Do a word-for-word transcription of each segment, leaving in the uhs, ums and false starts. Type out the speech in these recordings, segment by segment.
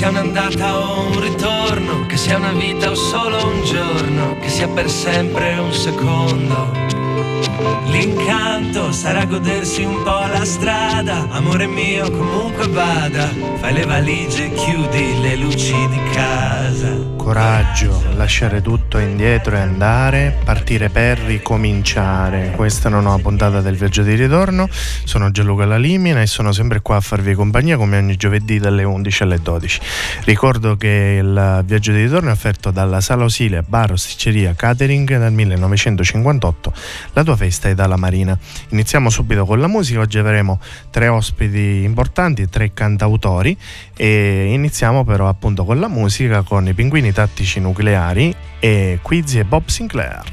sia un'andata o un ritorno, che sia una vita o solo un giorno, che sia per sempre un secondo. L'incanto sarà godersi un po' la strada, amore mio comunque vada, fai le valigie, chiudi le luci di casa. Coraggio, lasciare tutto indietro e andare, partire per ricominciare. Questa è una nuova puntata del Viaggio di Ritorno. Sono Gianluca Lalimina e sono sempre qua a farvi compagnia come ogni giovedì dalle undici alle dodici. Ricordo che il Viaggio di Ritorno è offerto dalla Sala Osilia, bar, osticceria, catering dal millenovecentocinquantotto. La tua festa è dalla Marina. Iniziamo subito con la musica. Oggi avremo tre ospiti importanti, tre cantautori, e iniziamo però appunto con la musica, con i Pinguini Tattici Nucleari e Quizzy e Bob Sinclair.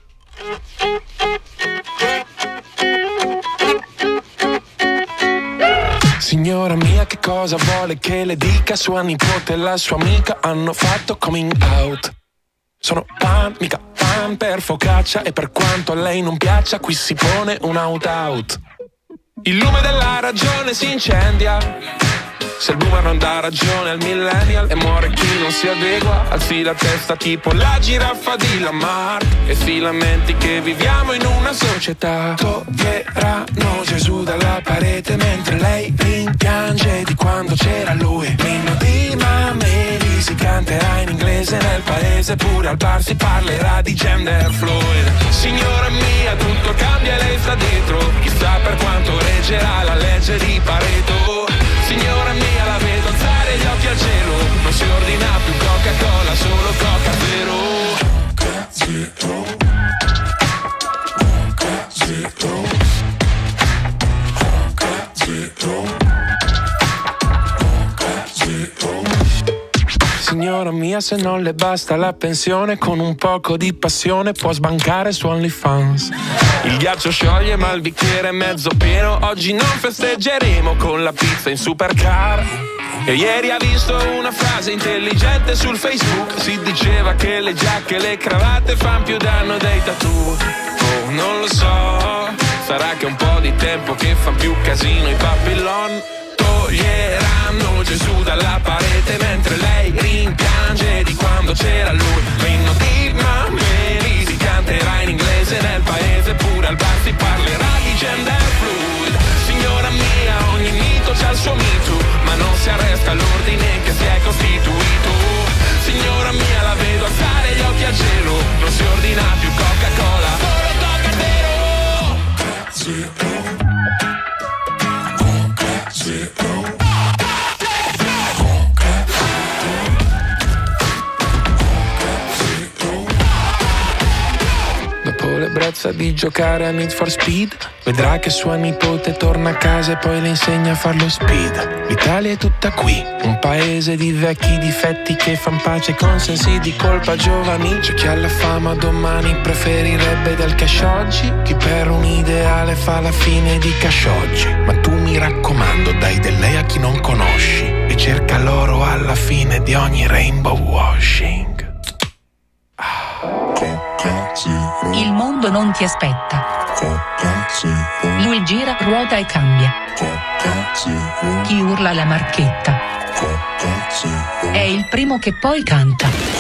Signora mia, che cosa vuole che le dica? Sua nipote e la sua amica hanno fatto coming out. Sono pan, mica pan per focaccia, e per quanto a lei non piaccia, qui si pone un out-out. Il lume della ragione si incendia, se il boomer non dà ragione al millennial, e muore chi non si adegua, alzi la testa tipo la giraffa di Lamarck, e si lamenti che viviamo in una società. Toglieranno Gesù dalla parete mentre lei rimpiange di quando c'era lui. L'inno di Mameli si canterà in inglese nel paese, pure al bar si parlerà di gender fluid. Signora mia, tutto cambia e lei sta dietro, chissà per quanto reggerà la legge di Pareto. Signora mia, la vedo alzare gli occhi al cielo, non si ordina più Coca-Cola, solo Coca Zero. Coca Zero, Coca Zero, Coca Zero, Coca Zero. Signora mia, se non le basta la pensione, con un poco di passione può sbancare su OnlyFans. Il ghiaccio scioglie ma il bicchiere è mezzo pieno, oggi non festeggeremo con la pizza in supercar. E ieri ha visto una frase intelligente sul Facebook, si diceva che le giacche e le cravatte fan più danno dei tattoo. Oh, non lo so, sarà che un po' di tempo che fan più casino i Babylon. Toglieranno Gesù dalla parete mentre lei rimpiange di quando c'era lui. L'inno di Mameli si canterà in inglese nel paese, pure al bar si parlerà di gender fluid. Signora mia, ogni mito c'ha il suo mito, ma non si arresta all'ordine che si è costituito. Signora mia, la vedo alzare gli occhi al cielo, non si ordina più Coca-Cola, solo Coca Zero. Coca Zero. Dopo l'ebbrezza di giocare a Need for Speed, vedrà che sua nipote torna a casa e poi le insegna a far lo speed. L'Italia è tutta qui, un paese di vecchi difetti che fan pace con sensi di colpa giovani. C'è chi alla fama domani preferirebbe del cash oggi, chi per un ideale fa la fine di cash oggi. Ma tu, mi raccomando, dai del lei a chi non conosci e cerca l'oro alla fine di ogni rainbow washing. Il mondo non ti aspetta. Lui gira, ruota e cambia. Chi urla la marchetta è il primo che poi canta.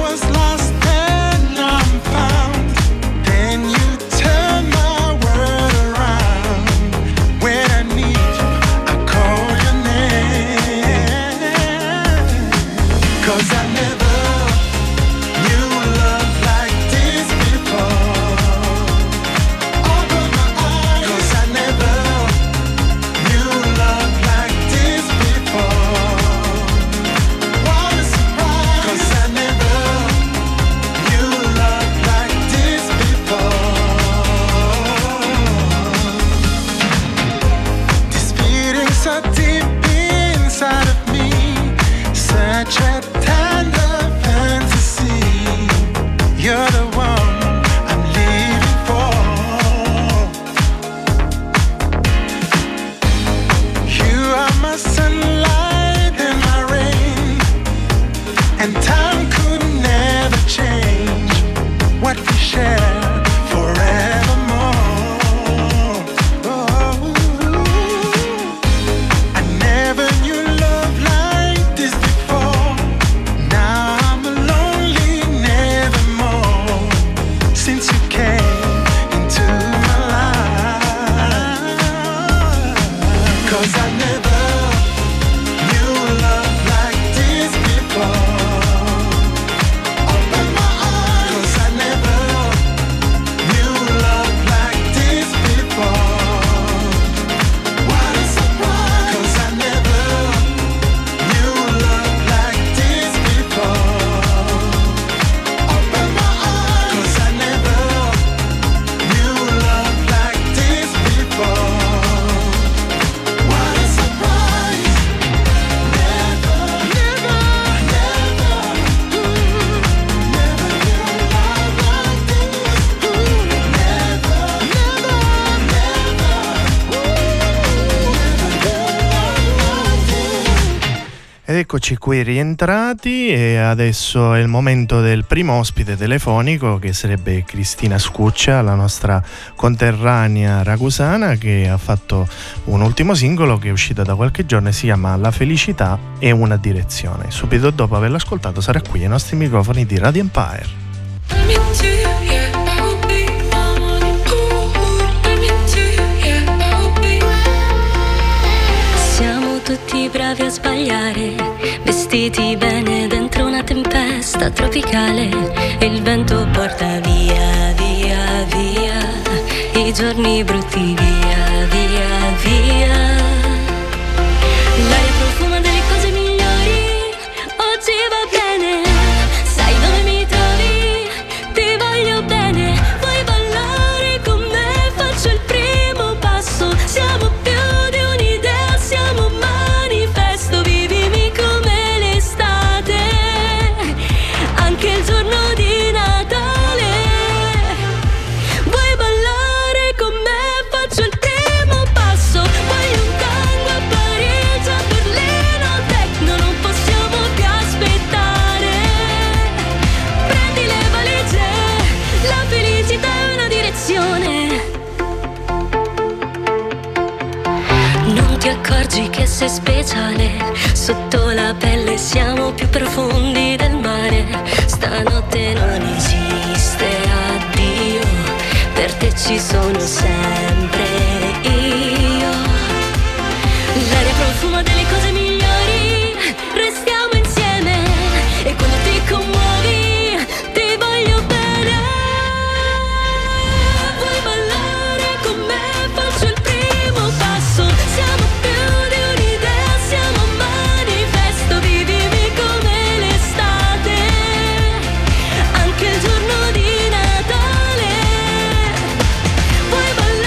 Eccoci qui rientrati e adesso è il momento del primo ospite telefonico, che sarebbe Cristina Scuccia, la nostra conterranea ragusana, che ha fatto un ultimo singolo che è uscito da qualche giorno e si chiama La felicità è una direzione. Subito dopo averlo ascoltato sarà qui ai nostri microfoni di Radio Empire. Tutti bravi a sbagliare, vestiti bene dentro una tempesta tropicale, e il vento porta via, via, via i giorni brutti, via, via, via. L'aria profuma delle cose migliori, oggi va bene, sai dove mi trovi, ti voglio bene, vuoi ballare con me, faccio il primo passo, siamo più di un'idea, siamo il giorno di Natale. Vuoi ballare con me? Faccio il primo passo. Voglio un tango a Parigi, a Berlino, techno, non possiamo più aspettare. Prendi le valigie, la felicità è una direzione. Non ti accorgi che sei speciale, sotto la pelle siamo più profondi del mare. Stanotte non esiste addio, per te ci sono sempre io. L'aria profuma delle cose migliori, restiamo insieme, e quando ti commuovi ti voglio bene. Vuoi ballare con me? Faccio il primo passo, siamo più di un'idea, siamo un manifesto, vivimi come l'estate, anche il giorno di Natale. Vuoi ballare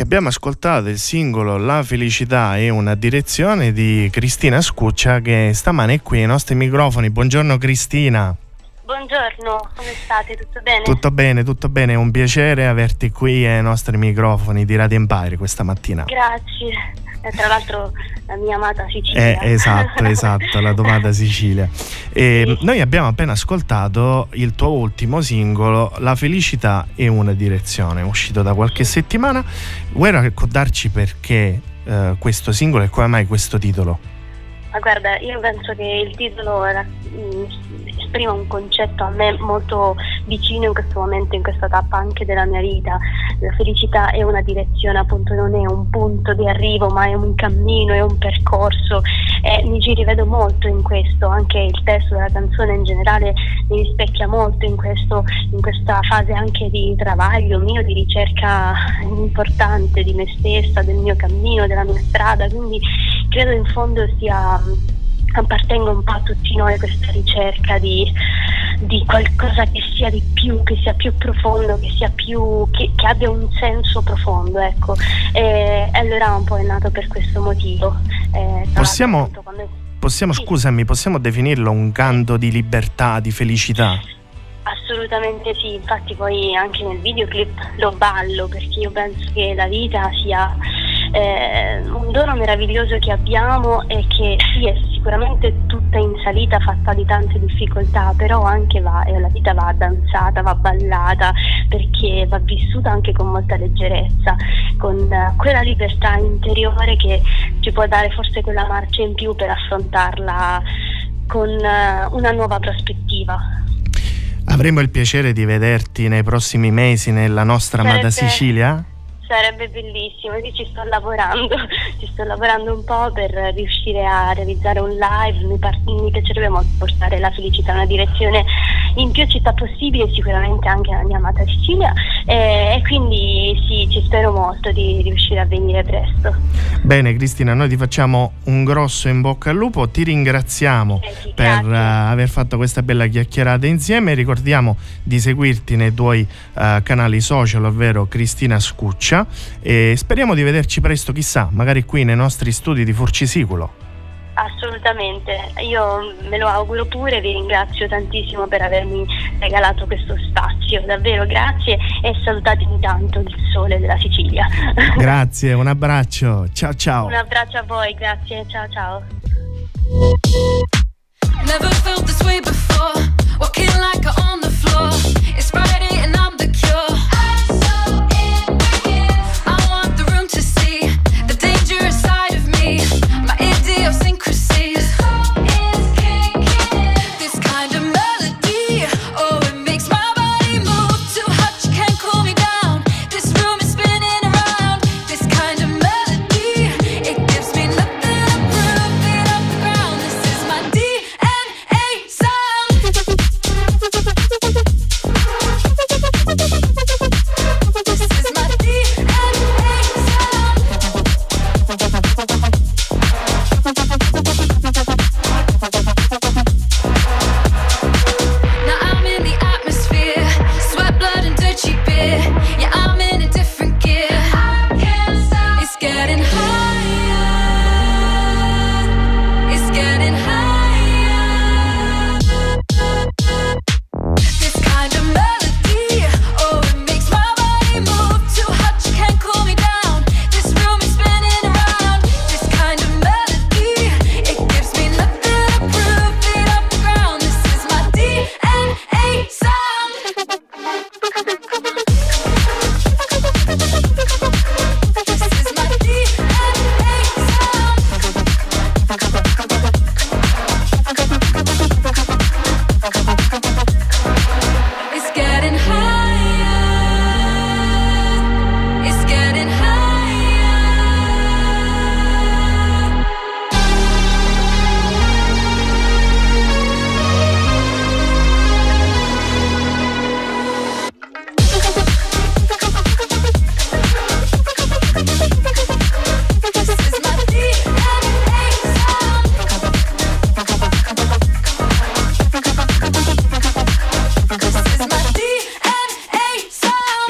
Abbiamo ascoltato il singolo La felicità è una direzione di Cristina Scuccia, che stamane è qui ai nostri microfoni. Buongiorno Cristina. Buongiorno, come state? Tutto bene? Tutto bene, tutto bene, è un piacere averti qui ai nostri microfoni di Radio Empire questa mattina. Grazie, e tra l'altro la mia amata Sicilia. Eh, esatto, esatto, la tua amata Sicilia. E Sì. Noi abbiamo appena ascoltato il tuo ultimo singolo, La felicità è una direzione, uscito da qualche settimana. Vuoi raccontarci perché eh, questo singolo e come mai questo titolo? Ma guarda, io penso che il titolo era, mh, esprima un concetto a me molto vicino in questo momento, in questa tappa anche della mia vita. La felicità è una direzione, appunto, non è un punto di arrivo, ma è un cammino, è un percorso, e mi ci rivedo molto in questo. Anche il testo della canzone in generale mi rispecchia molto in questo, in questa fase anche di travaglio mio, di ricerca importante di me stessa, del mio cammino, della mia strada. Quindi credo in fondo sia, appartenga un po' a tutti noi questa ricerca di, di qualcosa che sia di più, che sia più profondo, che sia più, che, che abbia un senso profondo, ecco. E, e allora un po' è nato per questo motivo. Eh, Possiamo, appunto, quando... possiamo sì. scusami, possiamo definirlo un canto di libertà, di felicità? Assolutamente sì, infatti poi anche nel videoclip lo ballo, perché io penso che la vita sia eh, un dono meraviglioso che abbiamo, e che sì, è sicuramente tutta in salita, fatta di tante difficoltà, però anche va, eh, la vita va danzata, va ballata, perché va vissuta anche con molta leggerezza, con uh, quella libertà interiore che ci può dare forse quella marcia in più per affrontarla con uh, una nuova prospettiva. Avremo il piacere di vederti nei prossimi mesi nella nostra amata Sarebbe- Sicilia? Sarebbe bellissimo, io ci sto lavorando, ci sto lavorando un po' per riuscire a realizzare un live. Mi, par- mi piacerebbe molto portare la felicità in una direzione in più città possibile, sicuramente anche nella mia amata Sicilia, e, e quindi sì, ci spero molto di riuscire a venire presto. Bene Cristina, noi ti facciamo un grosso in bocca al lupo, ti ringraziamo Eh sì, per grazie. uh, aver fatto questa bella chiacchierata insieme. Ricordiamo di seguirti nei tuoi uh, canali social, ovvero Cristina Scuccia, e speriamo di vederci presto, chissà, magari qui nei nostri studi di Furcisicolo. Assolutamente, io me lo auguro pure, vi ringrazio tantissimo per avermi regalato questo spazio, davvero grazie, e salutatemi tanto il sole della Sicilia. Grazie, un abbraccio, ciao ciao. Un abbraccio a voi, grazie, ciao ciao. Never felt this way before. Walking like I'm on the floor. It's Friday and I'm the cure. I'm so in with I want the room to see the dangerous side of me. My idiosyncrasies. Who is kicking this kind of melody? Oh, it makes my body move. Too hot, you can't cool me down. This room is spinning around. This kind of melody, it gives me nothing to prove. It off the ground. This is my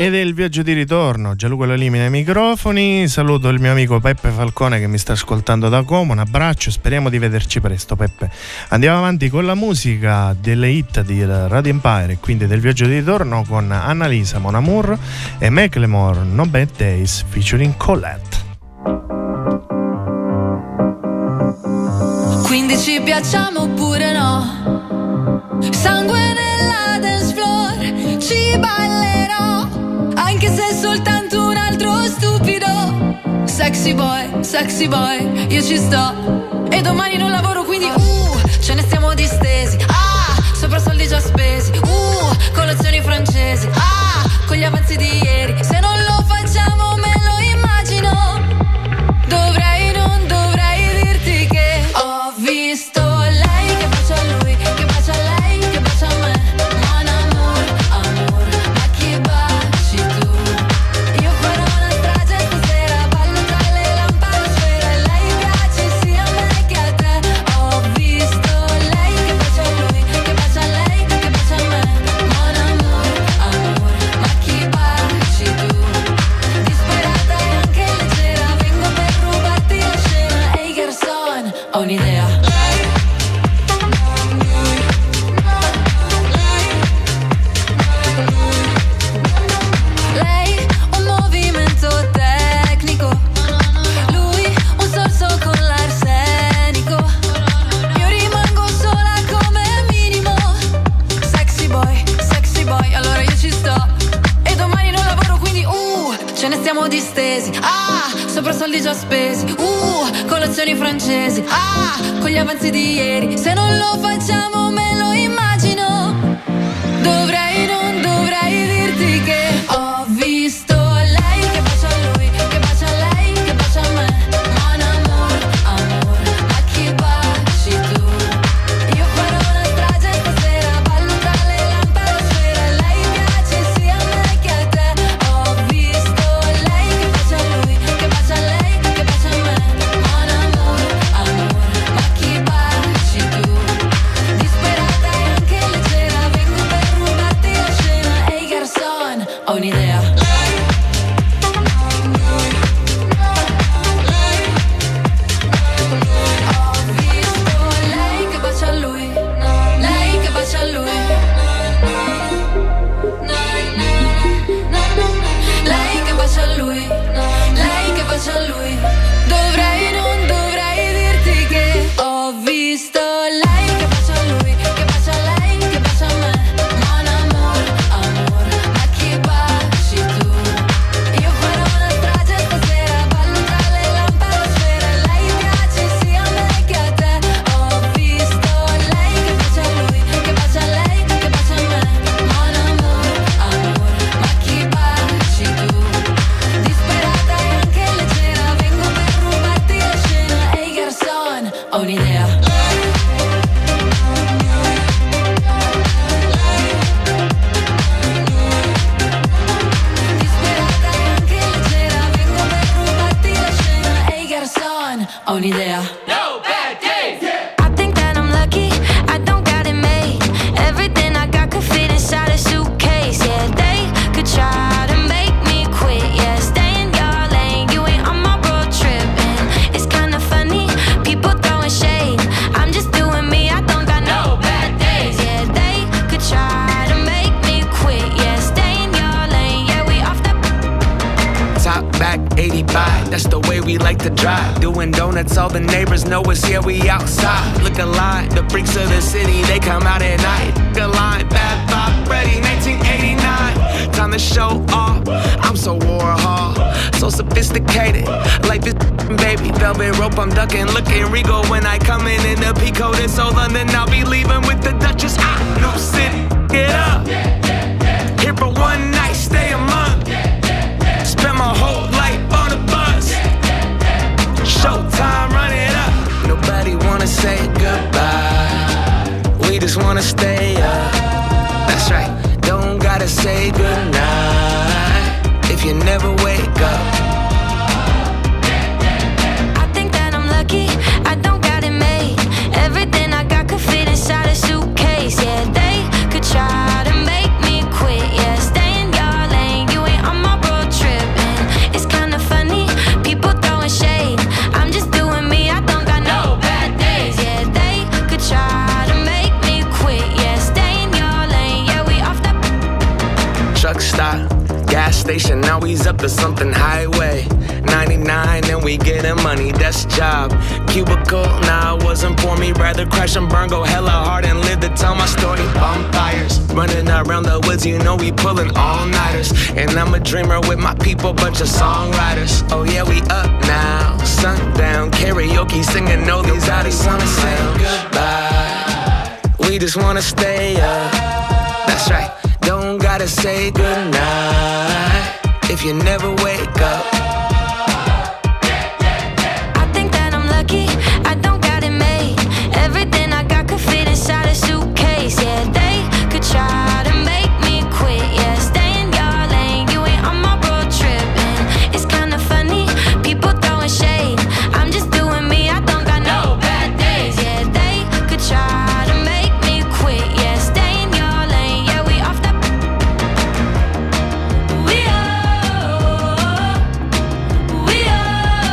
Ed è il viaggio di ritorno, Gianluca Lalimina ai microfoni. Saluto il mio amico Peppe Falcone che mi sta ascoltando da Como, un abbraccio, speriamo di vederci presto, Peppe. Andiamo avanti con la musica delle hit di Radio Empire e quindi del viaggio di ritorno con Annalisa, Mon Amour e Macklemore, No Bad Days featuring Colette. Quindi ci piacciamo oppure no? Sangue nella dance floor, ci ballerò, anche se è soltanto un altro stupido. Sexy boy, sexy boy, io ci sto. E domani non lavoro quindi uh, ce ne stiamo distesi. Ah, sopra soldi già spesi. Uh, colazioni francesi. Ah, con gli avanzi di ieri. Se non lo facciamo me lo immagino. Dovrei, non dovrei dirti che ho visto lei che bacia a lui, che bacia a lei, che bacia a me. Mon amour, amor, ma chi baci tu? Io farò una strage stasera, ballo tra le lampadosfere. Lei piace sia a me che a te. Ho visto lei che bacia a lui, che bacia a lei, che bacia a me. Mon amour, amor, ma chi baci tu? Disperata e anche leggera, vengo per rubarti la scena. Ehi garçon, ho un'idea. Lei un movimento tecnico, lui un sorso con l'arsenico. Io rimango sola come minimo. Sexy boy, sexy boy, allora io ci sto. E domani non lavoro quindi uh, ce ne stiamo distesi. Ah, sopra soldi già spesi. Uh, colazioni francesi. Ah, con gli avanzi di ieri. Se non lo facciamo me lo immagino. Dovrei, non dovrei dirti che ho visto lei che bacia a lui, che bacia a lei, che bacia a me. Mon amour, amor, ma chi baci tu? Io farò una strage stasera, ballo tra le lampadosfere. Lei piace sia a me che a te. Ho visto lei che bacia a lui, che bacia a lei, che bacia a me. Mon amour, amor, ma chi baci tu? Disperata e anche leggera, vengo per rubarti la scena. Ehi garçon, ho un'idea. Ho visto lei che bacia a lui, lei che bacia a lui. Lei che bacia a lui, lei che bacia a lui. Dovrei, non dovrei dirti che ho visto lei che bacia a lui, che bacia a lei, che bacia a me. Mon amour, amor, ma chi baci tu? Io farò una strage stasera, ballo tra le lampadosfere. Lei piace sia a me che a te. Ho visto lei che bacia a lui, che bacia a lei, che bacia a me. Mon amour, amor, ma chi baci tu? Disperata e anche leggera, vengo per rubarti la scena. Ehi garçon, ho un'idea. Disperata e anche leggera, vengo per rubarti la scena. Ehi garçon, ho un'idea. I think that I'm lucky, I don't got it made. Everything I got could fit inside a suitcase. Yeah, they could try to make me quit. Yeah, stay in your lane, you ain't on my road trip. And it's kinda funny, people throwing shade. I'm just doing me, I don't got no bad days. Yeah, they could try to make me quit. Yeah, stay in your lane, yeah, we off the Top back eighty-five, that's the way we like to drive. Doing donuts, all the neighbors know us, yeah, we outside. Look alive, the freaks of the city, they come out at night. Look alive, bad Bob, ready, nineteen eighty-nine. Time to show off, I'm so Warhol, so sophisticated. Life is baby, velvet rope, I'm ducking, looking regal when I come in in the Pico. This old London, I'll be leaving with the Duchess. Ah, New City, get up. Here for one night, stay a month. Spend my whole life on a bus. Showtime, run it up. Nobody wanna say goodbye. We just wanna stay up. That's right. Don't gotta say goodnight if you never wake up. I think that I'm lucky, I don't got it made. Everything I got could fit inside a suitcase. Yeah, they could try to make me quit. Yeah, stay in your lane, you ain't gas station, now he's up to something highway. ninety-nine and we getting money, that's job. Cubicle, nah, it wasn't for me. Rather crash and burn, go hella hard and live to tell my story. Bonfires, running around the woods, you know we pulling all-nighters. And I'm a dreamer with my people, bunch of songwriters. Oh yeah, we up now, sundown, karaoke, singing all these artists wanna say goodbye. We just wanna stay up, that's right. Don't gotta say goodnight if you never wake up. I don't got it made. Everything I got could fit inside a suitcase. Yeah, they could try to make me quit. Yeah, stay in your lane, you ain't on my road trip. And it's kinda funny, people throwing shade. I'm just doing me, I don't got no bad days. Yeah, they could try to make me quit. Yeah, stay in your lane, yeah, we off the. We are, we are.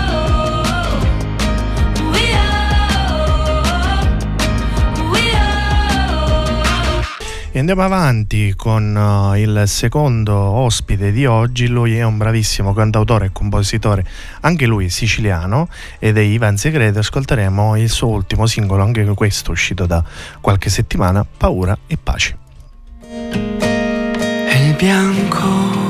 E andiamo avanti con uh, il secondo ospite di oggi. Lui è un bravissimo cantautore e compositore, anche lui siciliano, ed è Ivan Segreto. Ascolteremo il suo ultimo singolo, anche questo uscito da qualche settimana, Paura e Pace. È il bianco,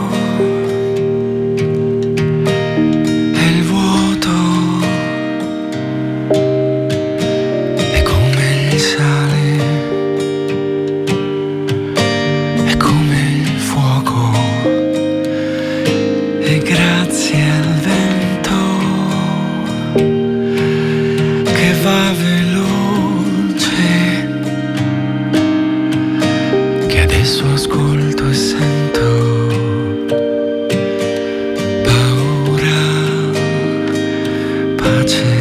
ascolto e sento paura, pace.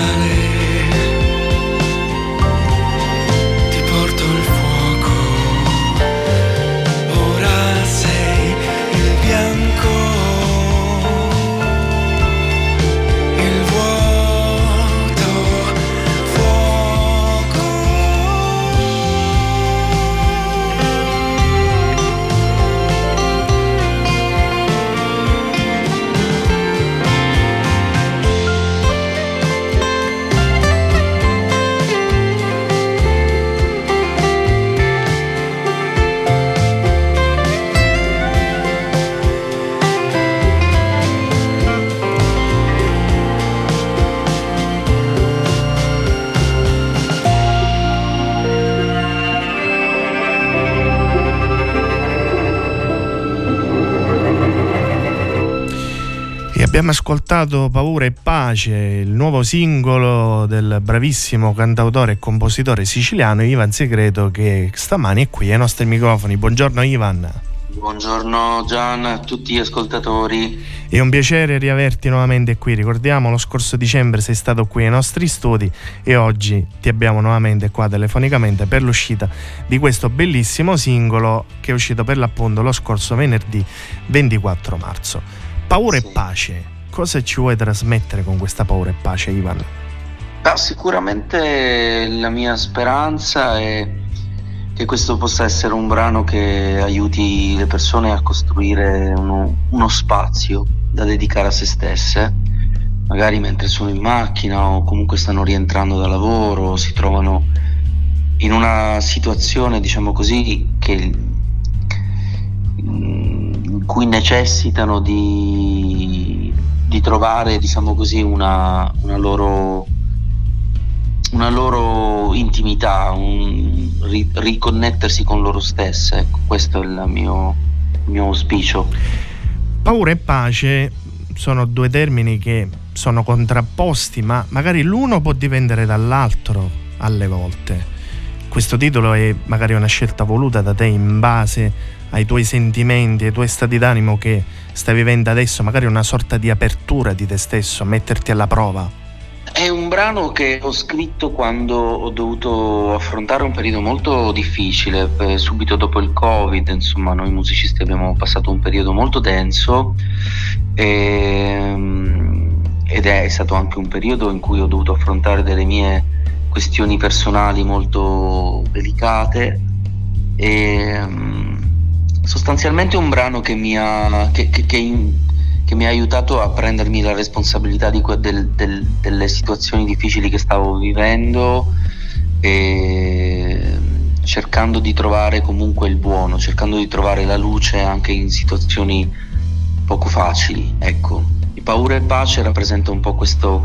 Ti porto il fuoco. Abbiamo ascoltato Paura e Pace, il nuovo singolo del bravissimo cantautore e compositore siciliano Ivan Segreto, che stamani è qui ai nostri microfoni. Buongiorno Ivan. Buongiorno Gian, a tutti gli ascoltatori. È un piacere riaverti nuovamente qui. Ricordiamo, lo scorso dicembre sei stato qui ai nostri studi e oggi ti abbiamo nuovamente qua telefonicamente per l'uscita di questo bellissimo singolo che è uscito per l'appunto lo scorso venerdì ventiquattro marzo. Paura sì. e Pace, cosa ci vuoi trasmettere con questa Paura e Pace, Ivan? Ah, sicuramente la mia speranza è che questo possa essere un brano che aiuti le persone a costruire uno, uno spazio da dedicare a se stesse, magari mentre sono in macchina o comunque stanno rientrando da lavoro, si trovano in una situazione, diciamo così, che in cui necessitano di, di trovare, diciamo così, una, una loro una loro intimità, un ri- riconnettersi con loro stesse. Ecco, questo è il mio, il mio auspicio. Paura e pace sono due termini che sono contrapposti, ma magari l'uno può dipendere dall'altro alle volte. Questo titolo è magari una scelta voluta da te in base ai tuoi sentimenti, ai tuoi stati d'animo che stai vivendo adesso, magari una sorta di apertura di te stesso, metterti alla prova. È un brano che ho scritto quando ho dovuto affrontare un periodo molto difficile, eh, subito dopo il Covid. Insomma, noi musicisti abbiamo passato un periodo molto denso e, ed è stato anche un periodo in cui ho dovuto affrontare delle mie questioni personali molto delicate e sostanzialmente è un brano che mi ha che, che, che in, che mi ha aiutato a prendermi la responsabilità di que- del, del, delle situazioni difficili che stavo vivendo e cercando di trovare comunque il buono, cercando di trovare la luce anche in situazioni poco facili. Ecco, i Paura e Pace rappresenta un po' questo,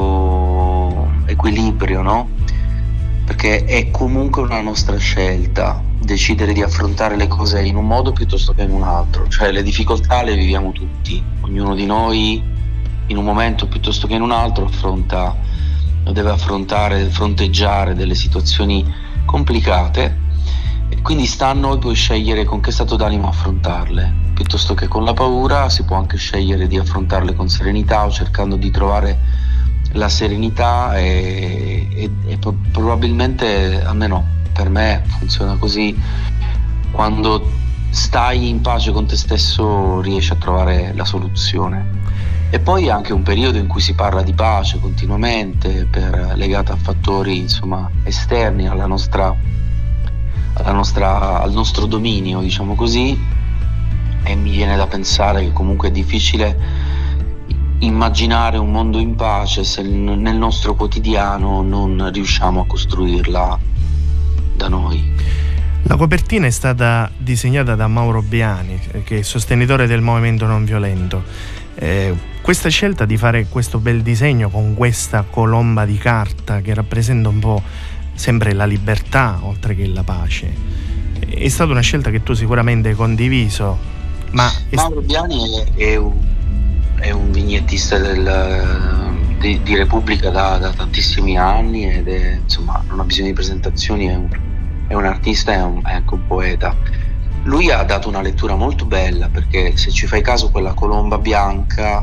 questo equilibrio, no? Perché è comunque una nostra scelta decidere di affrontare le cose in un modo piuttosto che in un altro, cioè le difficoltà le viviamo tutti, ognuno di noi in un momento piuttosto che in un altro affronta, deve affrontare, fronteggiare delle situazioni complicate e quindi sta a noi poi scegliere con che stato d'animo affrontarle. Piuttosto che con la paura si può anche scegliere di affrontarle con serenità o cercando di trovare la serenità e, e, e probabilmente, almeno per me funziona così, quando stai in pace con te stesso riesci a trovare la soluzione. E poi anche un periodo in cui si parla di pace continuamente, per, legata a fattori insomma esterni alla nostra, alla nostra, al nostro dominio, diciamo così, e mi viene da pensare che comunque è difficile immaginare un mondo in pace se nel nostro quotidiano non riusciamo a costruirla da noi. La copertina è stata disegnata da Mauro Biani, che è sostenitore del movimento non violento. Eh, questa scelta di fare questo bel disegno con questa colomba di carta che rappresenta un po' sempre la libertà oltre che la pace, è stata una scelta che tu sicuramente hai condiviso. Ma Mauro Biani è, è, un, è un vignettista del, di, di Repubblica da, da tantissimi anni ed è, insomma, non ha bisogno di presentazioni, è un, è un artista, è, un, è anche un poeta. Lui ha dato una lettura molto bella, perché se ci fai caso quella colomba bianca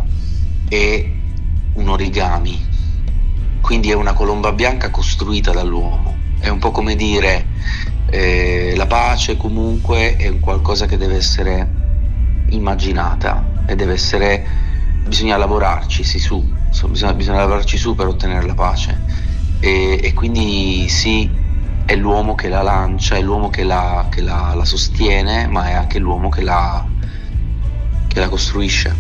è un origami, quindi è una colomba bianca costruita dall'uomo. È un po' come dire eh, la pace comunque è un qualcosa che deve essere immaginata e deve essere, bisogna lavorarci sì, su, bisogna, bisogna lavorarci su per ottenere la pace e, e quindi sì, è l'uomo che la lancia, è l'uomo che la, che la, la sostiene, ma è anche l'uomo che la, che la costruisce.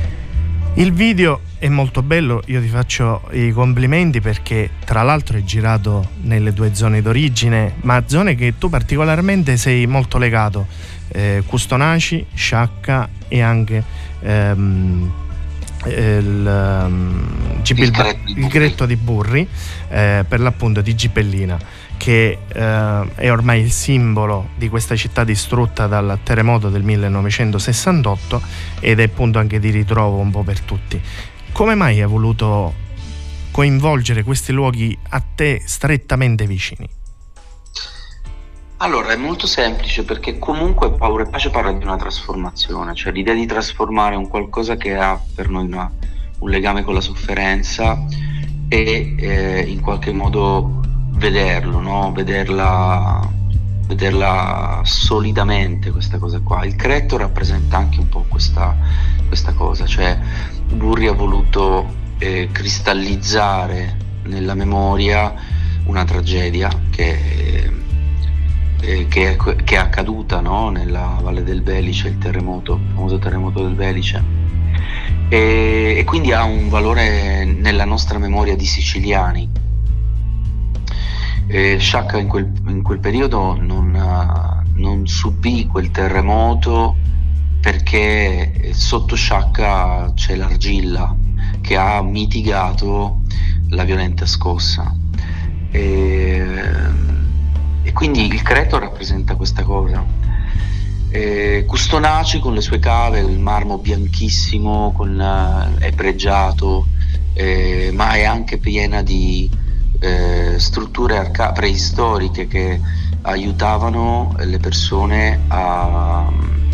Il video è molto bello, io ti faccio i complimenti perché tra l'altro è girato nelle tue zone d'origine, ma zone che tu particolarmente sei molto legato, eh, Custonaci, Sciacca e anche ehm, eh, il, um, Gibilba, il Gretto di Burri, eh, per l'appunto di Gibellina, che eh, è ormai il simbolo di questa città distrutta dal terremoto del millenovecentosessantotto ed è punto anche di ritrovo un po' per tutti. Come mai hai voluto coinvolgere questi luoghi a te strettamente vicini? Allora, è molto semplice, perché comunque Paura e Pace parla di una trasformazione, cioè l'idea di trasformare un qualcosa che ha per noi una, un legame con la sofferenza e eh, in qualche modo vederlo, no? Vederla, vederla solidamente, questa cosa qua. Il Cretto rappresenta anche un po' questa, questa cosa, cioè Burri ha voluto eh, cristallizzare nella memoria una tragedia che, eh, che, è, che è accaduta, no? Nella Valle del Belice, il terremoto, il famoso terremoto del Belice, e, e quindi ha un valore nella nostra memoria di siciliani. Eh, Sciacca in quel, in quel periodo non, uh, non subì quel terremoto perché sotto Sciacca c'è l'argilla che ha mitigato la violenta scossa, e, e quindi il Cretto rappresenta questa cosa. Eh, Custonaci con le sue cave, il marmo bianchissimo, con, uh, è pregiato, eh, ma è anche piena di Eh, strutture arca- preistoriche che aiutavano le persone a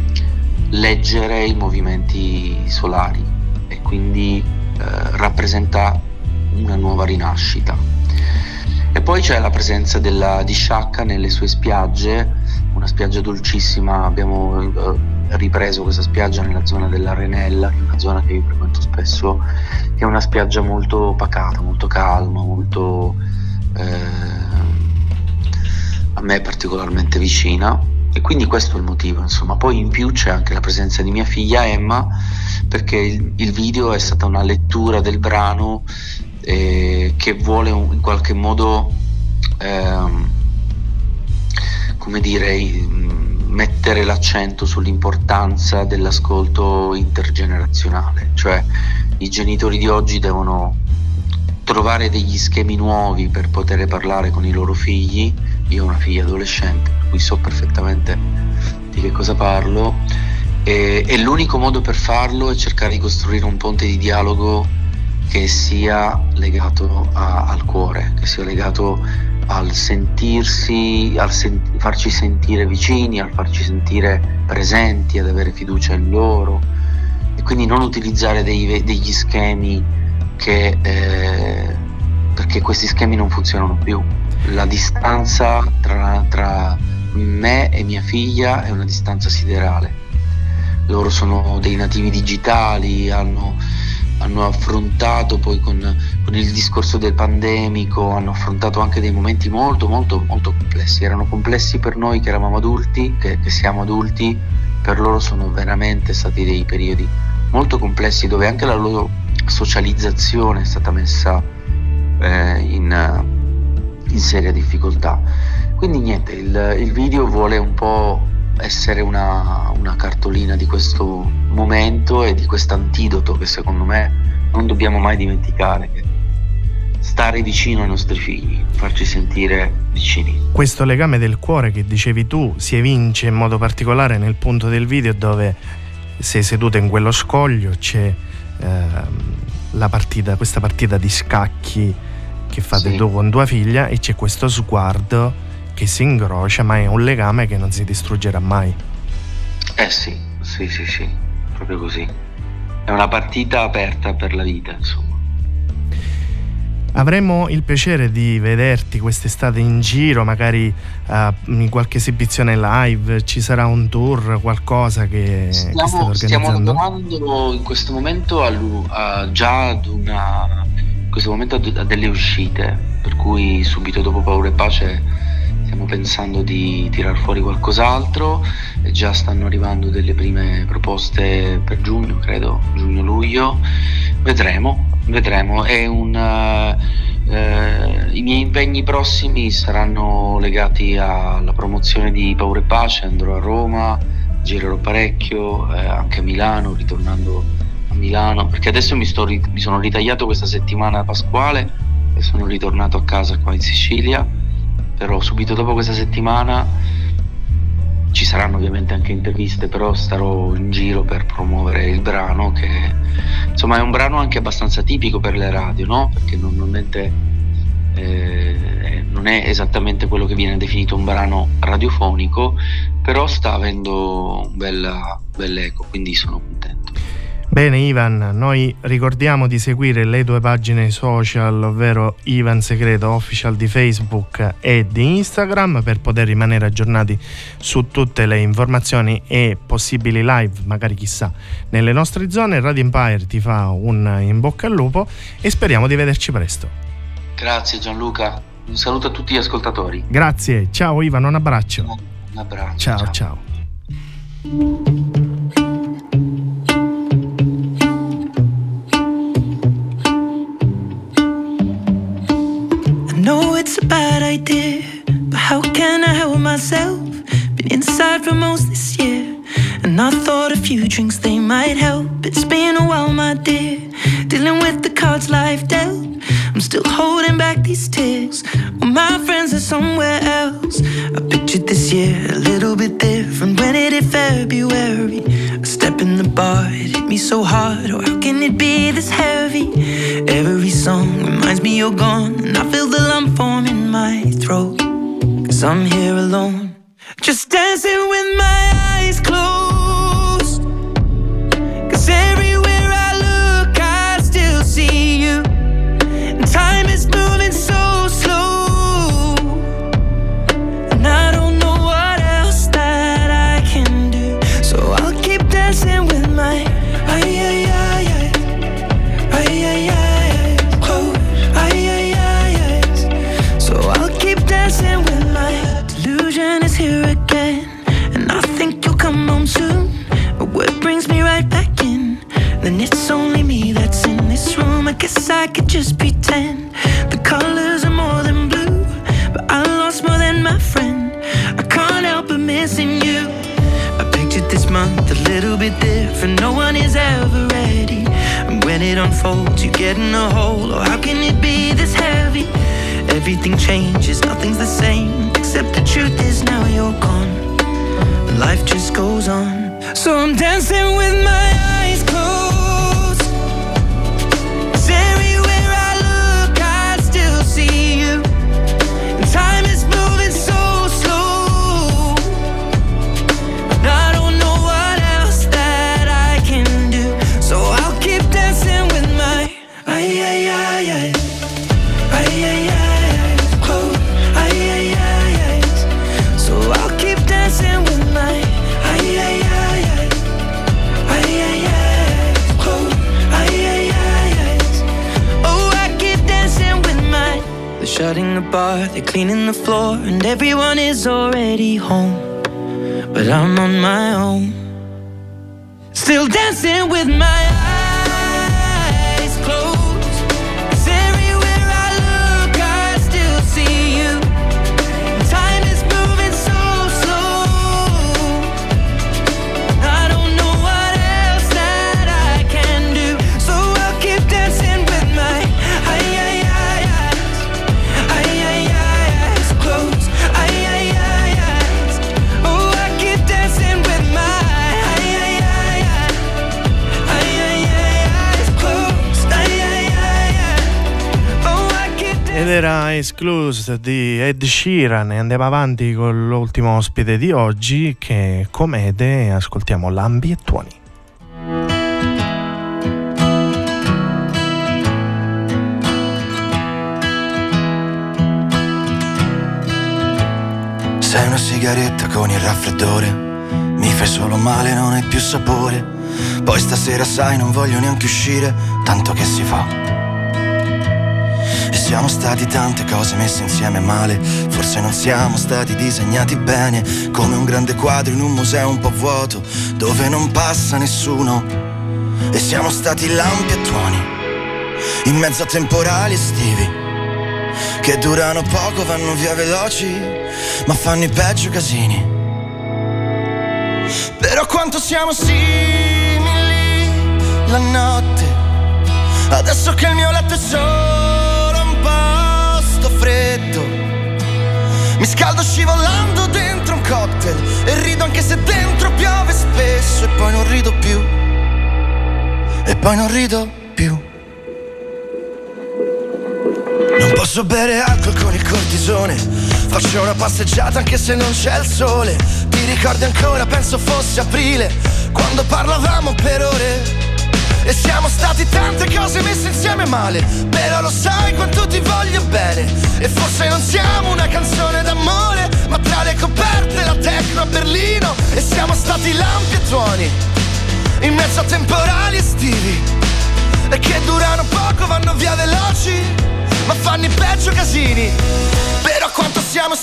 leggere i movimenti solari, e quindi eh, rappresenta una nuova rinascita. E poi c'è la presenza della, di Sciacca nelle sue spiagge, una spiaggia dolcissima. Abbiamo eh, ripreso questa spiaggia nella zona dell'Arenella, che è una zona che io frequento spesso, che è una spiaggia molto pacata, molto calma, molto eh, a me particolarmente vicina, e quindi questo è il motivo, insomma. Poi in più c'è anche la presenza di mia figlia Emma, perché il, il video è stata una lettura del brano eh, che vuole un, in qualche modo ehm, come dire, mettere l'accento sull'importanza dell'ascolto intergenerazionale, cioè i genitori di oggi devono trovare degli schemi nuovi per poter parlare con i loro figli. Io ho una figlia adolescente, per cui so perfettamente di che cosa parlo, e, e l'unico modo per farlo è cercare di costruire un ponte di dialogo che sia legato a, al cuore, che sia legato al sentirsi, al sen- farci sentire vicini, al farci sentire presenti, ad avere fiducia in loro, e quindi non utilizzare dei, degli schemi che eh, perché questi schemi non funzionano più. La distanza tra, tra me e mia figlia è una distanza siderale. Loro sono dei nativi digitali, hanno hanno affrontato poi con, con il discorso del pandemico, hanno affrontato anche dei momenti molto molto molto complessi. Erano complessi per noi che eravamo adulti, che, che siamo adulti, per loro sono veramente stati dei periodi molto complessi, dove anche la loro socializzazione è stata messa eh, in, in seria difficoltà. Quindi niente, il, il video vuole un po' essere una, una cartolina di questo momento e di questo antidoto che secondo me non dobbiamo mai dimenticare, che stare vicino ai nostri figli, farci sentire vicini. Questo legame del cuore che dicevi tu si evince in modo particolare nel punto del video dove sei seduta in quello scoglio, c'è ehm, la partita, questa partita di scacchi che fate sì. tu con tua figlia, e c'è questo sguardo che si incrocia, ma è un legame che non si distruggerà mai. Eh sì, sì, sì, sì, proprio così. È una partita aperta per la vita, insomma. Avremo il piacere di vederti quest'estate in giro, magari uh, in qualche esibizione live, ci sarà un tour, qualcosa che, stiamo, che state stiamo organizzando? lavorando in questo momento a, a, già ad una in questo momento a delle uscite, per cui subito dopo Paura e Pace stiamo pensando di tirar fuori qualcos'altro, e già stanno arrivando delle prime proposte per giugno, credo, giugno-luglio. Vedremo, vedremo. È un, eh, i miei impegni prossimi saranno legati alla promozione di Paura e Pace. Andrò a Roma, girerò parecchio, eh, anche a Milano, ritornando a Milano, perché adesso mi, sto, mi sono ritagliato questa settimana pasquale e sono ritornato a casa qua in Sicilia, però subito dopo questa settimana ci saranno ovviamente anche interviste, però starò in giro per promuovere il brano, che insomma è un brano anche abbastanza tipico per le radio, no? Perché normalmente eh, non è esattamente quello che viene definito un brano radiofonico, però sta avendo un bel, bel eco, quindi sono contento. Bene Ivan, noi ricordiamo di seguire le tue pagine social, ovvero Ivan Segreto Official di Facebook e di Instagram, per poter rimanere aggiornati su tutte le informazioni e possibili live, magari chissà, nelle nostre zone. Radio Empire ti fa un in bocca al lupo e speriamo di vederci presto. Grazie Gianluca, un saluto a tutti gli ascoltatori. Grazie, ciao Ivan, un abbraccio. Un abbraccio. Ciao, ciao. ciao. No, it's a bad idea, but how can I help myself? Been inside for most this year, and I thought a few drinks they might help. It's been a while, my dear, dealing with the cards life dealt. I'm still holding back these tears, well, my friends are somewhere else. I pictured this year a little bit different when it hit February. A step in the bar, it hit me so hard, oh how can it be this heavy? Every song reminds me you're gone, and I feel the lump form in my throat, 'cause I'm here alone, just dancing with my eyes closed. 'Cause everywhere I look I still see you, and time is moving so slow, and I don't know what else that I can do, so I'll keep dancing with my ay ay ay ay ay ay ay close ay ay ay ay, so I'll keep dancing with my delusion is here again, and I think you'll come home soon, but what brings me right back in, then it's only me that's in this room. I guess I could just pretend the colors are more than blue, but I lost more than my friend. I can't help but missing you. I pictured this month a little bit different, no one is ever ready, and when it unfolds you get in a hole, oh how can it be this heavy? Everything changes, nothing's the same, except the truth is now you're gone, and life just goes on, so I'm dancing with my eyes closed, 'cause everywhere I look I still see you, and time is moving so slow, and I don't know what else that I can do, so I'll keep dancing with my ay ay ay ay ay ay ay close ay ay ay ay, so I'll keep dancing with my ay ay ay ay ay ay ay close ay ay ay ay, oh I keep dancing with my. They're shutting the bar, they're cleaning the floor, and everyone is already home, but I'm on my own, still dancing with my eyes closed, 'cause everywhere I look I still see you, and time is moving so slow, and I don't know what else that I can do, so I'll keep dancing with my ay ay ay eyes ay ay ay eyes closed ay ay ay eyes, oh I keep dancing with my ay ay ay ay ay ay ay eyes closed ay ay ay ay, oh I keep dancing. Ed era Exclusive di Ed Sheeran, e andiamo avanti con l'ultimo ospite di oggi che comede, ascoltiamo Lambi e Tuoni. Sei una sigaretta con il raffreddore, mi fai solo male, non hai più sapore, poi stasera sai non voglio neanche uscire, tanto che si fa. E siamo stati tante cose messe insieme male, forse non siamo stati disegnati bene, come un grande quadro in un museo un po' vuoto, dove non passa nessuno. E siamo stati lampi e tuoni, in mezzo a temporali estivi, che durano poco, vanno via veloci, ma fanno i peggio casini. Però quanto siamo simili, la notte. Adesso che il mio letto è solo un posto freddo, mi scaldo scivolando dentro un cocktail e rido anche se dentro piove spesso. E poi non rido più, e poi non rido più. Non posso bere alcol con il cortisone, faccio una passeggiata anche se non c'è il sole. Ti ricordi ancora, penso fosse aprile, quando parlavamo per ore. E siamo stati tante cose messe insieme male, però lo sai quanto ti voglio bene. E forse non siamo una canzone d'amore, ma tra le coperte la techno a Berlino. E siamo stati lampi e tuoni in mezzo a temporali estivi, e che durano poco, vanno via veloci, ma fanno i peggio casini. Però quanto siamo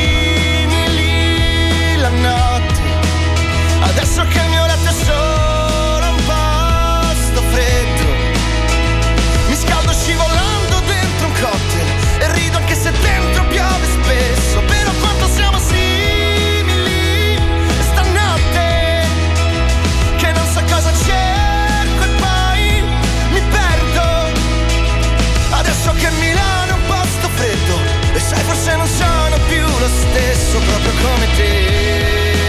simili la notte, adesso che il mio letto è solo un posto freddo, mi scaldo scivolando dentro un cocktail e rido anche se dentro piove spesso. Però quanto siamo simili stanotte, che non so cosa cerco e poi mi perdo. Adesso che Milano è un posto freddo, e sai forse non sono più lo stesso, proprio come te.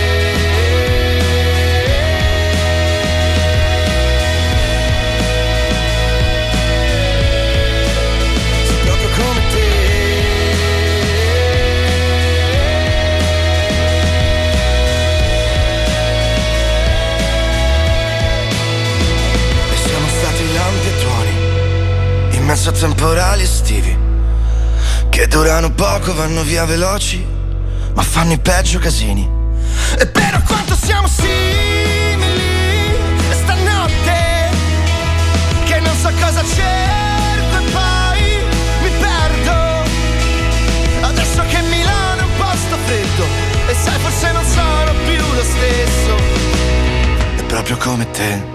In mezzo a temporali estivi che durano poco, vanno via veloci, ma fanno i peggio casini. E però quanto siamo simili stanotte, che non so cosa cerco e poi mi perdo. Adesso che Milano è un posto freddo, e sai forse non sono più lo stesso. È proprio come te.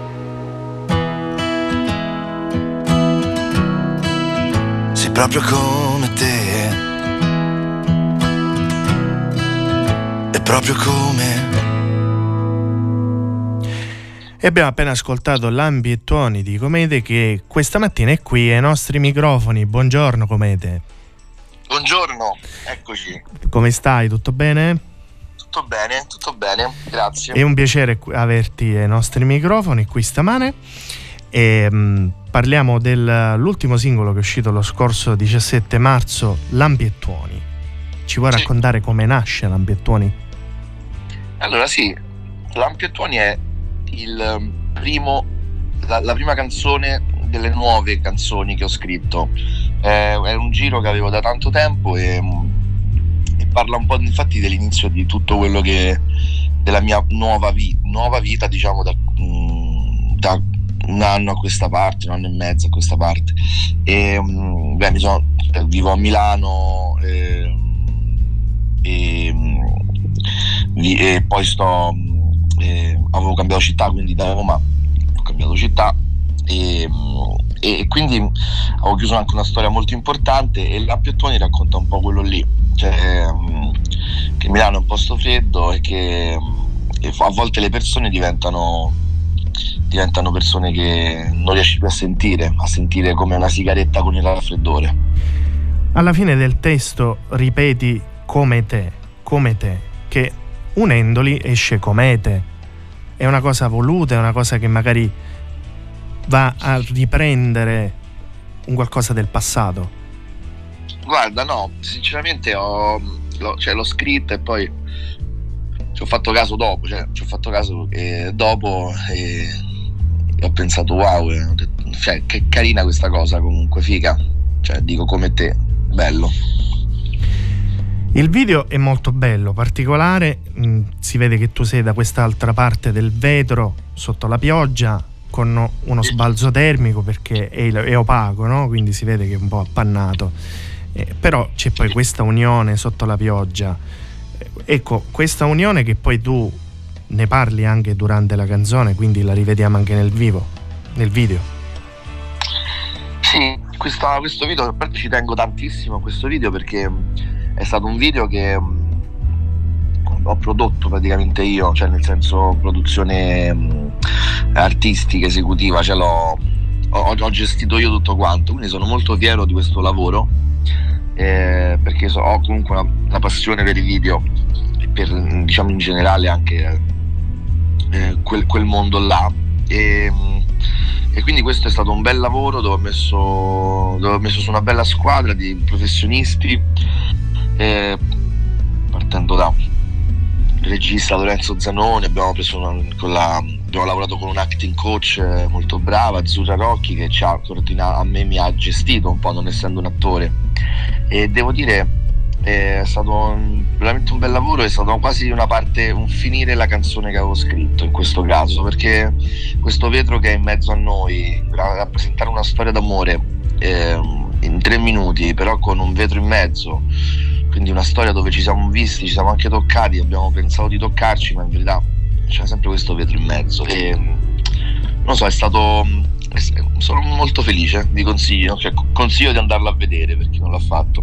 Proprio come te, è proprio come. E abbiamo appena ascoltato Lampi e Tuoni di Comete, che questa mattina è qui ai nostri microfoni. Buongiorno Comete. Buongiorno, eccoci. Come stai? Tutto bene? Tutto bene, tutto bene, grazie. È un piacere averti ai nostri microfoni qui stamane. E mh, parliamo dell'ultimo singolo che è uscito lo scorso diciassette marzo, Lampi e Tuoni. Ci vuoi sì. raccontare come nasce Lampi e Tuoni? Allora sì, Lampi e Tuoni è il primo, la, la prima canzone delle nuove canzoni che ho scritto. È, è un giro che avevo da tanto tempo e, e parla un po' infatti dell'inizio di tutto quello che della mia nuova, vi, nuova vita, diciamo da, da un anno a questa parte, un anno e mezzo a questa parte. E beh, mi sono, vivo a Milano e, e, e poi sto e, avevo cambiato città, quindi da Roma ho cambiato città e, e quindi avevo chiuso anche una storia molto importante, e Lampi e Tuoni racconta un po' quello lì, cioè che Milano è un posto freddo e che e a volte le persone diventano diventano persone che non riesci più a sentire, a sentire come una sigaretta con il raffreddore. Alla fine del testo ripeti come te, come te, che unendoli esce Comete. È una cosa voluta, è una cosa che magari va a riprendere un qualcosa del passato. Guarda, no, sinceramente ho, l'ho, cioè, l'ho scritta e poi ci ho fatto caso dopo, cioè ci ho fatto caso e dopo e, e ho pensato wow, e ho detto, cioè, che carina questa cosa, comunque figa, cioè dico come te, bello. Il video è molto bello, particolare, mh, si vede che tu sei da quest'altra parte del vetro sotto la pioggia con uno sbalzo termico perché è, è opaco, no? Quindi si vede che è un po' appannato, eh, però c'è poi questa unione sotto la pioggia. Ecco, questa unione che poi tu ne parli anche durante la canzone, quindi la rivediamo anche nel vivo, nel video. Sì, questa, questo video, a parte ci tengo tantissimo a questo video perché è stato un video che ho prodotto praticamente io, cioè nel senso produzione artistica, esecutiva, ce l'ho, ho, ho gestito io tutto quanto, quindi sono molto fiero di questo lavoro, eh, perché so, ho comunque una, una passione per i video e per, diciamo, in generale anche eh, quel, quel mondo là, e, e quindi questo è stato un bel lavoro dove ho messo, dove ho messo su una bella squadra di professionisti, eh, partendo da regista Lorenzo Zanoni, abbiamo preso una, con la, abbiamo lavorato con un acting coach molto brava, Azzurra Rocchi, che ci ha coordinato, a me mi ha gestito un po', non essendo un attore, e devo dire è stato un, veramente un bel lavoro, è stato quasi una parte, un finire la canzone che avevo scritto in questo caso, perché questo vetro che è in mezzo a noi, rappresentare una storia d'amore eh, in tre minuti, però con un vetro in mezzo, quindi una storia dove ci siamo visti, ci siamo anche toccati, abbiamo pensato di toccarci, ma in verità c'è sempre questo vetro in mezzo, e non so, è stato, sono molto felice, vi consiglio, cioè, consiglio di andarlo a vedere per chi non l'ha fatto.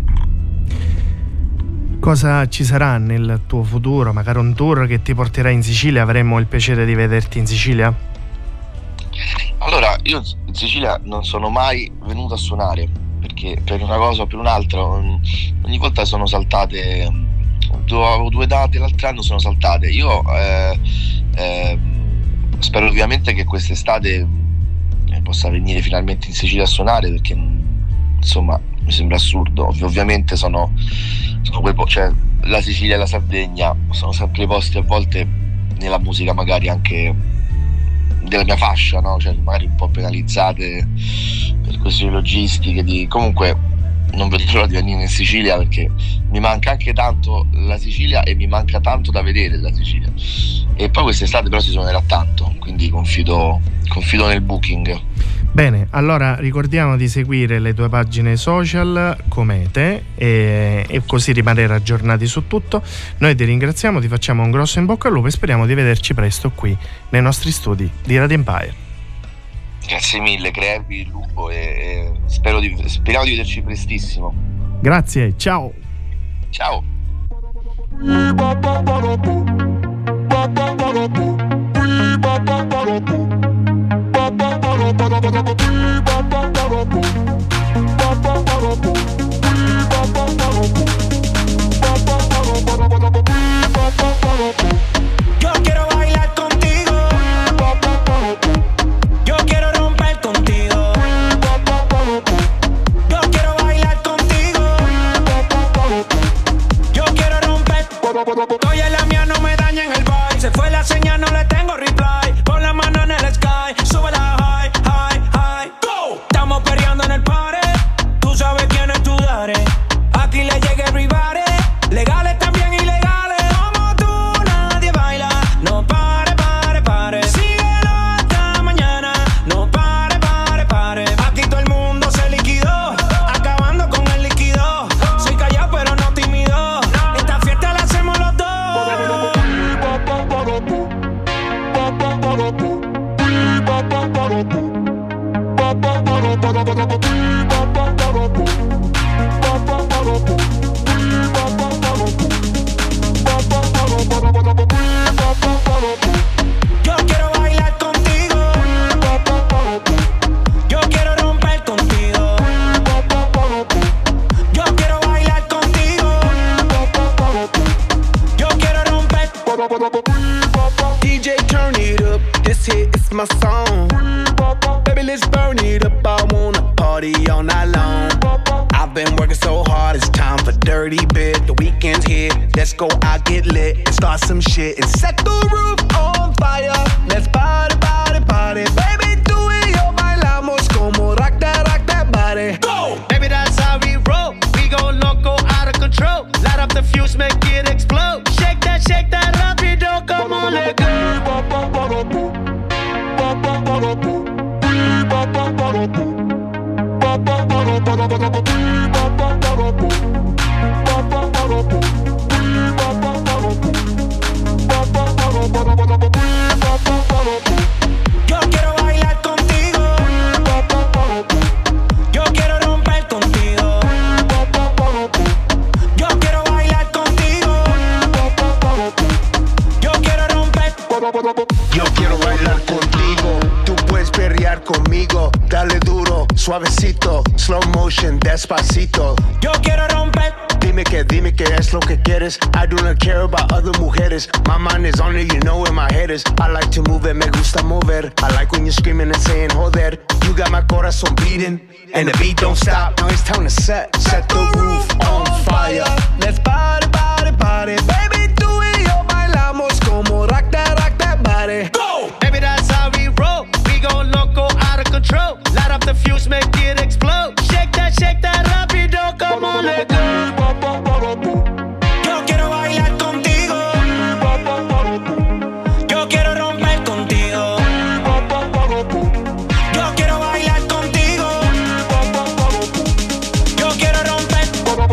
Cosa ci sarà nel tuo futuro? Magari un tour che ti porterà in Sicilia? Avremo il piacere di vederti in Sicilia? Allora, io in Sicilia non sono mai venuto a suonare, perché per una cosa o per un'altra ogni volta sono saltate, avevo due date l'altro anno, sono saltate. Io eh, eh, spero ovviamente che quest'estate possa venire finalmente in Sicilia a suonare, perché insomma mi sembra assurdo. Ov- ovviamente sono, sono quei po- cioè la Sicilia e la Sardegna sono sempre i posti, a volte nella musica magari anche della mia fascia, no? Cioè magari un po' penalizzate per questioni logistiche, di... comunque non vedo l'ora di venire in Sicilia, perché mi manca anche tanto la Sicilia e mi manca tanto da vedere la Sicilia, e poi quest'estate però si suonerà tanto, quindi confido, confido nel booking. Bene, allora ricordiamo di seguire le tue pagine social Comete, e, e così rimanere aggiornati su tutto. Noi ti ringraziamo, ti facciamo un grosso in bocca al lupo e speriamo di vederci presto qui nei nostri studi di Radio Empire. Grazie mille, crearvi il lupo, e, e spero di, speriamo di vederci prestissimo. Grazie, ciao. Ciao. Yo quiero bailar contigo, yo quiero romper contigo, yo quiero bailar contigo, yo quiero romper. Estoy en la mía, no me dañen el vibe. Se fue la señal, no le tengo reply. Pon la mano en el sky, sube la high, high, high. Go. Estamos perreando en el party, tú sabes quién es tu dare. Aquí le llega everybody, legales también ilegales. Como tú nadie baila, no pare, pare, pare. Síguelo hasta mañana, no pare, pare, pare. Aquí todo el mundo se liquidó, acabando con el líquido. Soy callado pero no tímido, esta fiesta la hacemos los dos. Yo quiero bailar contigo, yo quiero romper contigo, yo quiero bailar contigo, yo quiero romper. D J turn it up, this hit is my song. Baby let's burn it up, I wanna party all night long. I've been working so hard, it's time for dirty bit. The weekend's here, let's go out, get lit and start some shit and set the roof on fire. Let's party, party, party. Baby, tú y yo bailamos como rock that, rock that body. Go! Baby, that's how we roll. We go loco, out of control. Light up the fuse, make it explode. Shake that, shake that rapido, come on, let go. Yo quiero suavecito, slow motion, despacito. Yo quiero romper. Dime que, dime que es lo que quieres. I do not care about other mujeres. My mind is on it, you know where my head is. I like to move it, me gusta mover. I like when you're screaming and saying joder. You got my corazón beating, and the beat don't stop. Now it's time to set, set the roof on fire. Let's party, party, party. Baby, tú y yo bailamos como rock that, rock that body. Go! Baby, that's how we roll. We gon' loco out of control. Light up the fuse, make it explode. Shake that, shake that rapido, come on, let go. Yo quiero bailar contigo. Yo quiero romper contigo. Yo quiero bailar contigo. Yo quiero romper.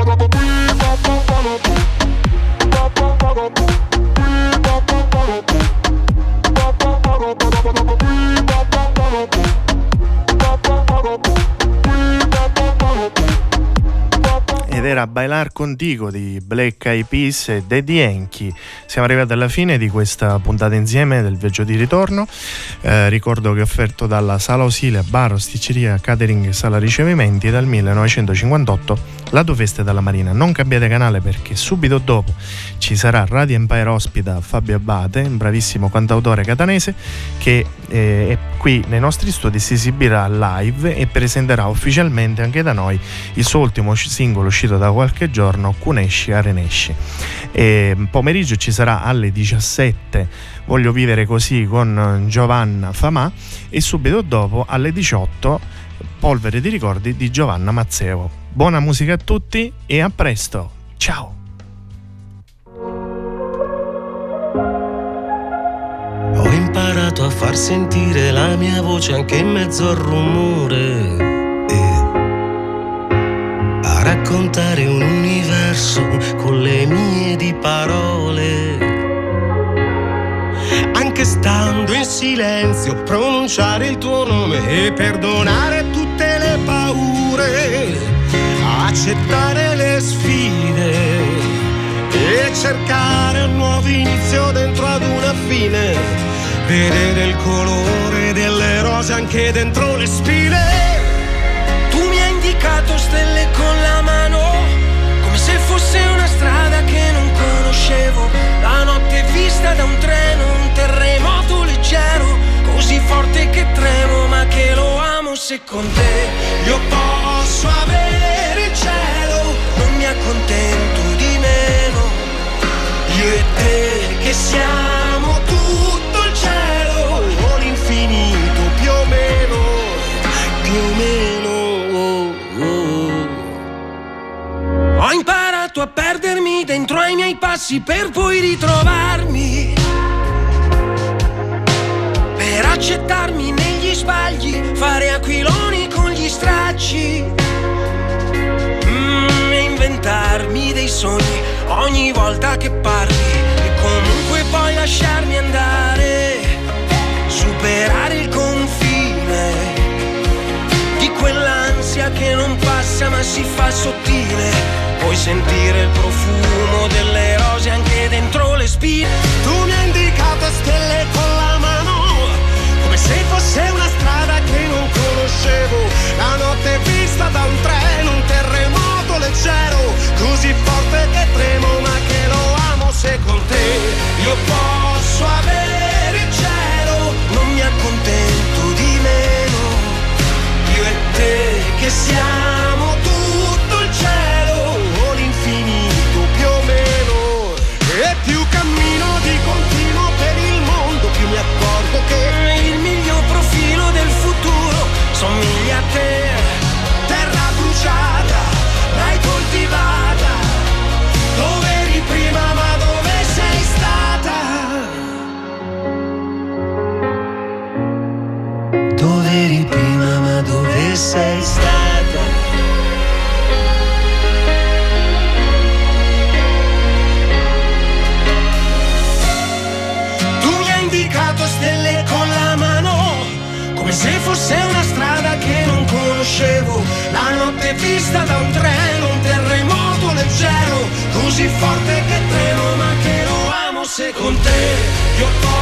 Ed era Bailar Contigo di Black Eyed Peas e Daddy Yankee. Siamo arrivati alla fine di questa puntata insieme del viaggio di ritorno. Eh, ricordo che è offerto dalla Sala Osile, bar, osticceria, catering e sala ricevimenti dal millenovecentocinquantotto, lato Feste della Marina. Non cambiate canale perché subito dopo ci sarà Radio Empire ospita Fabio Abate, un bravissimo cantautore catanese che eh, è qui nei nostri studi, si esibirà live e presenterà ufficialmente anche da noi il suo ultimo singolo uscito da qualche giorno, Cunesci Arenesci. E pomeriggio ci sarà alle diciassette Voglio vivere così con Giovanna Famà e subito dopo alle diciotto Polvere di ricordi di Giovanna Mazzeo. Buona musica a tutti e a presto, ciao. Ho imparato a far sentire la mia voce anche in mezzo al rumore, raccontare un universo con le mie di parole, anche stando in silenzio pronunciare il tuo nome e perdonare tutte le paure, accettare le sfide e cercare un nuovo inizio dentro ad una fine, vedere il colore delle rose anche dentro le spine. Stelle con la mano, come se fosse una strada che non conoscevo. La notte vista da un treno, un terremoto leggero, così forte che tremo, ma che lo amo se con te io posso avere il cielo. Non mi accontento di meno, io e te che siamo tutto il cielo o l'infinito più o meno, più o meno. Ho imparato a perdermi dentro ai miei passi per poi ritrovarmi, per accettarmi negli sbagli, fare aquiloni con gli stracci, mm, e inventarmi dei sogni ogni volta che parli e comunque poi lasciarmi andare, superare il confine di quell'ansia che non passa ma si fa sottile. Puoi sentire il profumo delle rose anche dentro le spine. Tu mi hai indicato stelle con la mano, come se fosse una strada che non conoscevo. La notte vista da un treno, un terremoto leggero, così forte che tremo ma che lo amo se con te io posso avere il cielo. Non mi accontento di meno, io e te che siamo tutto il cielo o l'infinito più o meno. E più cammino di continuo per il mondo, più mi accorgo che il miglior profilo del futuro somiglia a te. Terra bruciata, mai coltivata, dove eri prima ma dove sei stata? Dove eri prima ma dove sei stata? Stelle con la mano, come se fosse una strada che non conoscevo. La notte vista da un treno, un terremoto leggero, così forte che tremo ma che lo amo se con te io